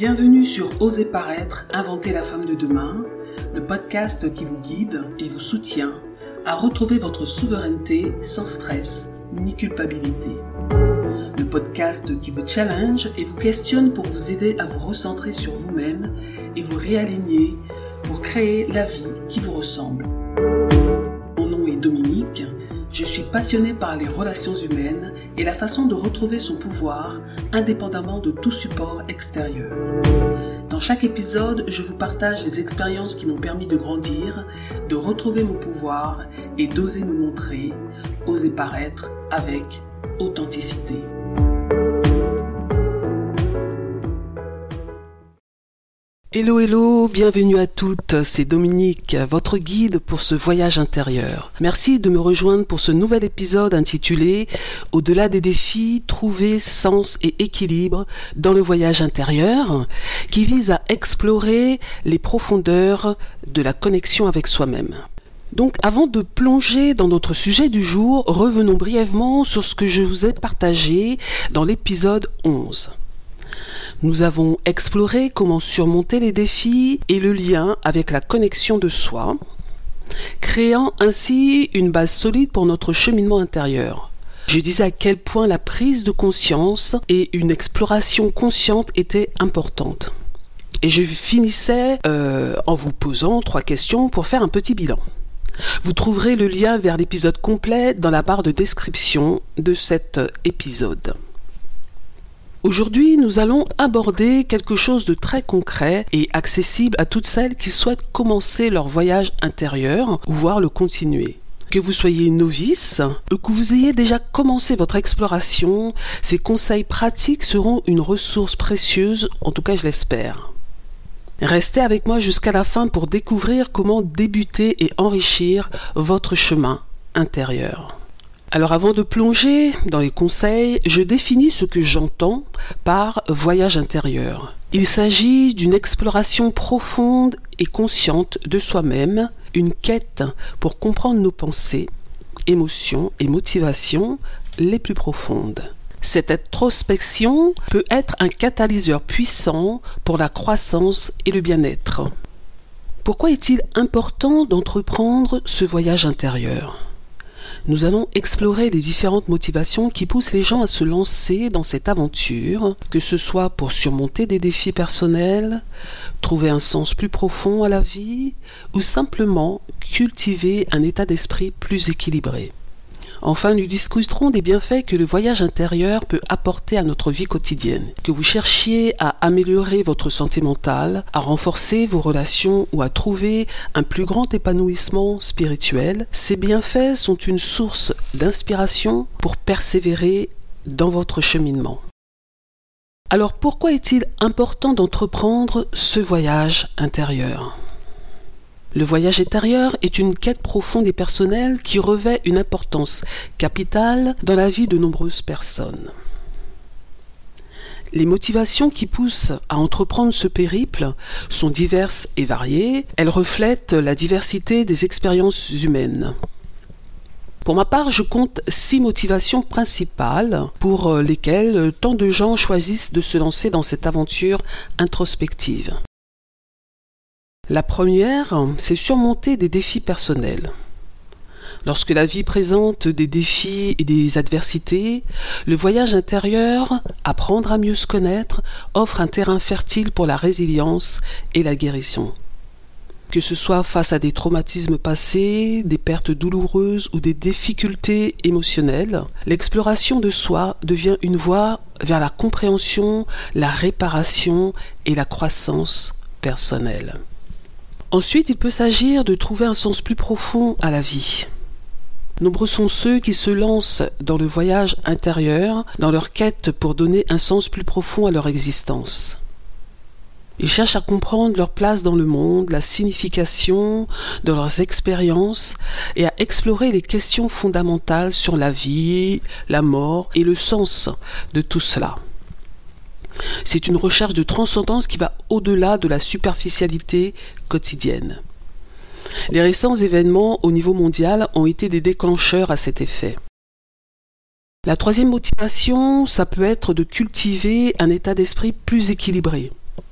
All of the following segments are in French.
Bienvenue sur Oser paraître, inventer la femme de demain, le podcast qui vous guide et vous soutient à retrouver votre souveraineté sans stress ni culpabilité. Le podcast qui vous challenge et vous questionne pour vous aider à vous recentrer sur vous-même et vous réaligner pour créer la vie qui vous ressemble. Mon nom est Dominique, je suis passionnée par les relations humaines et la façon de retrouver son pouvoir indépendamment de tout support extérieur. Dans chaque épisode, je vous partage les expériences qui m'ont permis de grandir, de retrouver mon pouvoir et d'oser me montrer, oser paraître avec authenticité. Hello, bienvenue à toutes, c'est Dominique, votre guide pour ce voyage intérieur. Merci de me rejoindre pour ce nouvel épisode intitulé « Au-delà des défis, trouver sens et équilibre dans le voyage intérieur » qui vise à explorer les profondeurs de la connexion avec soi-même. Donc avant de plonger dans notre sujet du jour, revenons brièvement sur ce que je vous ai partagé dans l'épisode 11. Nous avons exploré comment surmonter les défis et le lien avec la connexion de soi, créant ainsi une base solide pour notre cheminement intérieur. Je disais à quel point la prise de conscience et une exploration consciente étaient importantes. Et je finissais en vous posant 3 questions pour faire un petit bilan. Vous trouverez le lien vers l'épisode complet dans la barre de description de cet épisode. Aujourd'hui, nous allons aborder quelque chose de très concret et accessible à toutes celles qui souhaitent commencer leur voyage intérieur ou voire le continuer. Que vous soyez novice ou que vous ayez déjà commencé votre exploration, ces conseils pratiques seront une ressource précieuse, en tout cas je l'espère. Restez avec moi jusqu'à la fin pour découvrir comment débuter et enrichir votre chemin intérieur. Alors avant de plonger dans les conseils, je définis ce que j'entends par voyage intérieur. Il s'agit d'une exploration profonde et consciente de soi-même, une quête pour comprendre nos pensées, émotions et motivations les plus profondes. Cette introspection peut être un catalyseur puissant pour la croissance et le bien-être. Pourquoi est-il important d'entreprendre ce voyage intérieur ? Nous allons explorer les différentes motivations qui poussent les gens à se lancer dans cette aventure, que ce soit pour surmonter des défis personnels, trouver un sens plus profond à la vie, ou simplement cultiver un état d'esprit plus équilibré. Enfin, nous discuterons des bienfaits que le voyage intérieur peut apporter à notre vie quotidienne. Que vous cherchiez à améliorer votre santé mentale, à renforcer vos relations ou à trouver un plus grand épanouissement spirituel, ces bienfaits sont une source d'inspiration pour persévérer dans votre cheminement. Alors pourquoi est-il important d'entreprendre ce voyage intérieur ? Le voyage intérieur est une quête profonde et personnelle qui revêt une importance capitale dans la vie de nombreuses personnes. Les motivations qui poussent à entreprendre ce périple sont diverses et variées. Elles reflètent la diversité des expériences humaines. Pour ma part, je compte 6 motivations principales pour lesquelles tant de gens choisissent de se lancer dans cette aventure introspective. La première, c'est surmonter des défis personnels. Lorsque la vie présente des défis et des adversités, le voyage intérieur, apprendre à mieux se connaître, offre un terrain fertile pour la résilience et la guérison. Que ce soit face à des traumatismes passés, des pertes douloureuses ou des difficultés émotionnelles, l'exploration de soi devient une voie vers la compréhension, la réparation et la croissance personnelle. Ensuite, il peut s'agir de trouver un sens plus profond à la vie. Nombreux sont ceux qui se lancent dans le voyage intérieur, dans leur quête pour donner un sens plus profond à leur existence. Ils cherchent à comprendre leur place dans le monde, la signification de leurs expériences et à explorer les questions fondamentales sur la vie, la mort et le sens de tout cela. C'est une recherche de transcendance qui va au-delà de la superficialité quotidienne. Les récents événements au niveau mondial ont été des déclencheurs à cet effet. La troisième motivation, ça peut être de cultiver un état d'esprit plus équilibré.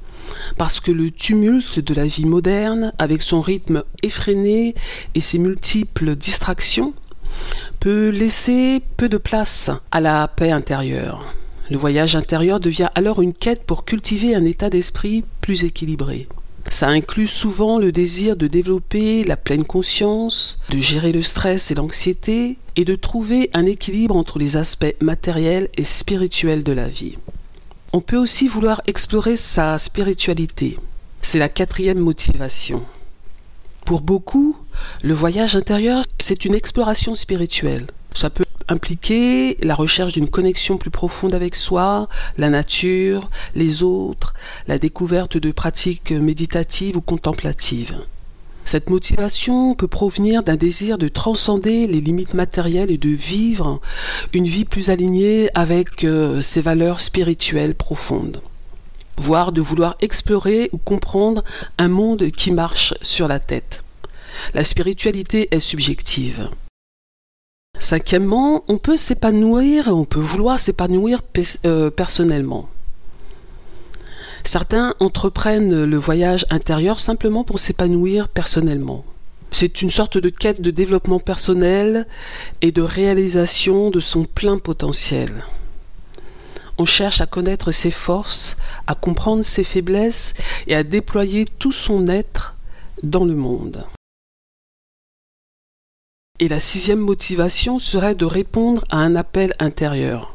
parce que le tumulte de la vie moderne, avec son rythme effréné et ses multiples distractions, peut laisser peu de place à la paix intérieure. Le voyage intérieur devient alors une quête pour cultiver un état d'esprit plus équilibré. Ça inclut souvent le désir de développer la pleine conscience, de gérer le stress et l'anxiété, et de trouver un équilibre entre les aspects matériels et spirituels de la vie. On peut aussi vouloir explorer sa spiritualité. C'est la 4e motivation. Pour beaucoup, le voyage intérieur, c'est une exploration spirituelle. Ça peut impliquer la recherche d'une connexion plus profonde avec soi, la nature, les autres, la découverte de pratiques méditatives ou contemplatives. Cette motivation peut provenir d'un désir de transcender les limites matérielles et de vivre une vie plus alignée avec ses valeurs spirituelles profondes, voire de vouloir explorer ou comprendre un monde qui marche sur la tête. La spiritualité est subjective. 5e, on peut vouloir s'épanouir personnellement. Certains entreprennent le voyage intérieur simplement pour s'épanouir personnellement. C'est une sorte de quête de développement personnel et de réalisation de son plein potentiel. On cherche à connaître ses forces, à comprendre ses faiblesses et à déployer tout son être dans le monde. Et la 6e motivation serait de répondre à un appel intérieur.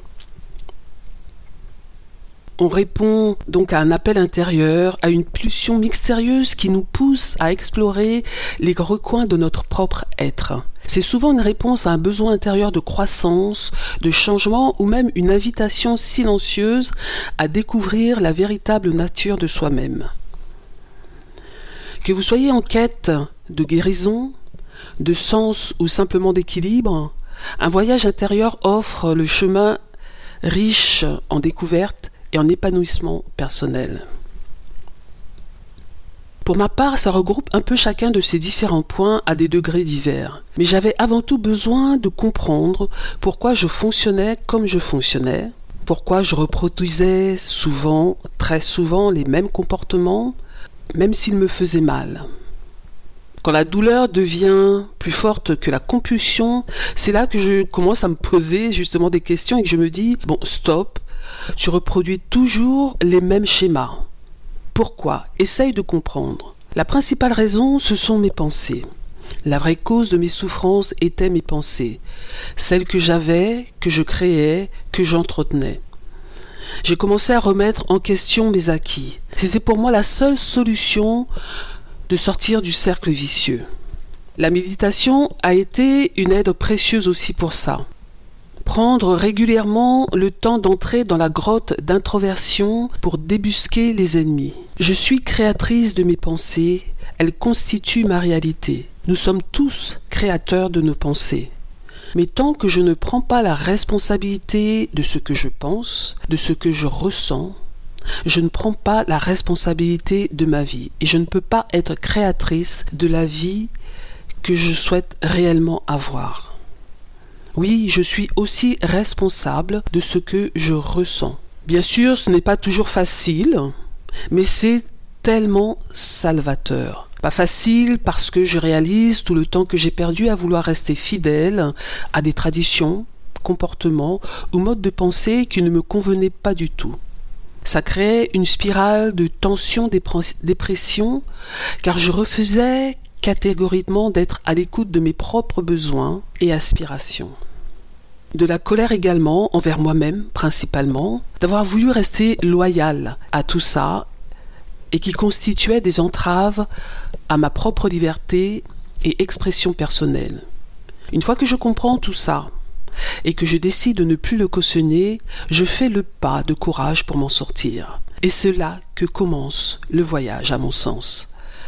On répond donc à un appel intérieur, à une pulsion mystérieuse qui nous pousse à explorer les recoins de notre propre être. C'est souvent une réponse à un besoin intérieur de croissance, de changement ou même une invitation silencieuse à découvrir la véritable nature de soi-même. Que vous soyez en quête de guérison, de sens ou simplement d'équilibre, un voyage intérieur offre le chemin riche en découvertes et en épanouissement personnel. Pour ma part, ça regroupe un peu chacun de ces différents points à des degrés divers. Mais j'avais avant tout besoin de comprendre pourquoi je fonctionnais comme je fonctionnais, pourquoi je reproduisais souvent, très souvent, les mêmes comportements, même s'ils me faisaient mal. Quand la douleur devient plus forte que la compulsion, c'est là que je commence à me poser justement des questions et que je me dis, bon, stop, tu reproduis toujours les mêmes schémas. Pourquoi ? Essaye de comprendre. La principale raison, ce sont mes pensées. La vraie cause de mes souffrances était mes pensées, celles que j'avais, que je créais, que j'entretenais. J'ai commencé à remettre en question mes acquis. C'était pour moi la seule solution de sortir du cercle vicieux. La méditation a été une aide précieuse aussi pour ça. Prendre régulièrement le temps d'entrer dans la grotte d'introversion pour débusquer les ennemis. Je suis créatrice de mes pensées, elles constituent ma réalité. Nous sommes tous créateurs de nos pensées. Mais tant que je ne prends pas la responsabilité de ce que je pense, de ce que je ressens, je ne prends pas la responsabilité de ma vie et je ne peux pas être créatrice de la vie que je souhaite réellement avoir. Oui, je suis aussi responsable de ce que je ressens. Bien sûr, ce n'est pas toujours facile, mais c'est tellement salvateur. Pas facile parce que je réalise tout le temps que j'ai perdu à vouloir rester fidèle à des traditions, comportements ou modes de pensée qui ne me convenaient pas du tout. Ça créait une spirale de tension, dépression, car je refusais catégoriquement d'être à l'écoute de mes propres besoins et aspirations. De la colère également, envers moi-même principalement, d'avoir voulu rester loyal à tout ça et qui constituait des entraves à ma propre liberté et expression personnelle. Une fois que je comprends tout ça, et que je décide de ne plus le cautionner, je fais le pas de courage pour m'en sortir. Et c'est là que commence le voyage, à mon sens.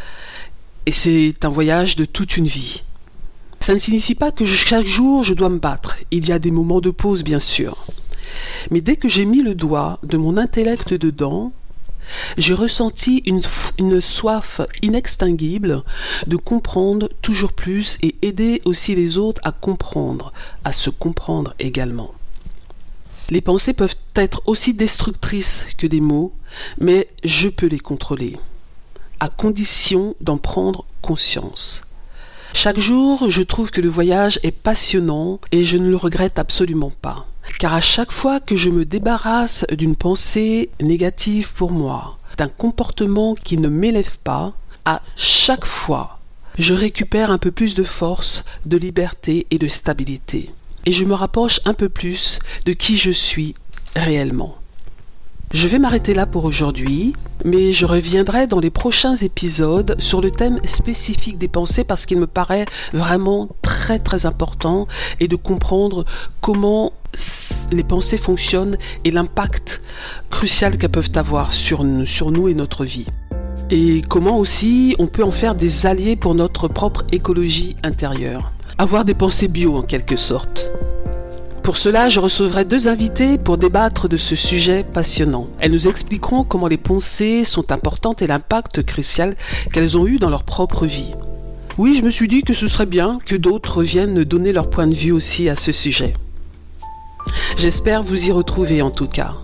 Et c'est un voyage de toute une vie. Ça ne signifie pas que chaque jour je dois me battre. Il y a des moments de pause, bien sûr. Mais dès que j'ai mis le doigt de mon intellect dedans, j'ai ressenti une soif inextinguible de comprendre toujours plus et aider aussi les autres à comprendre, à se comprendre également. Les pensées peuvent être aussi destructrices que des mots, mais je peux les contrôler, à condition d'en prendre conscience. Chaque jour, je trouve que le voyage est passionnant et je ne le regrette absolument pas. Car à chaque fois que je me débarrasse d'une pensée négative pour moi, d'un comportement qui ne m'élève pas, à chaque fois, je récupère un peu plus de force, de liberté et de stabilité. Et je me rapproche un peu plus de qui je suis réellement. Je vais m'arrêter là pour aujourd'hui, mais je reviendrai dans les prochains épisodes sur le thème spécifique des pensées parce qu'il me paraît vraiment très très important et de comprendre comment les pensées fonctionnent et l'impact crucial qu'elles peuvent avoir sur nous et notre vie. Et comment aussi on peut en faire des alliés pour notre propre écologie intérieure. Avoir des pensées bio en quelque sorte. Pour cela, je recevrai 2 invités pour débattre de ce sujet passionnant. Elles nous expliqueront comment les pensées sont importantes et l'impact crucial qu'elles ont eu dans leur propre vie. Oui, je me suis dit que ce serait bien que d'autres viennent donner leur point de vue aussi à ce sujet. J'espère vous y retrouver en tout cas.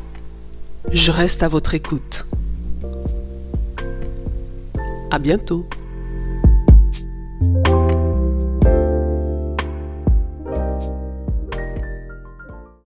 Je reste à votre écoute. À bientôt.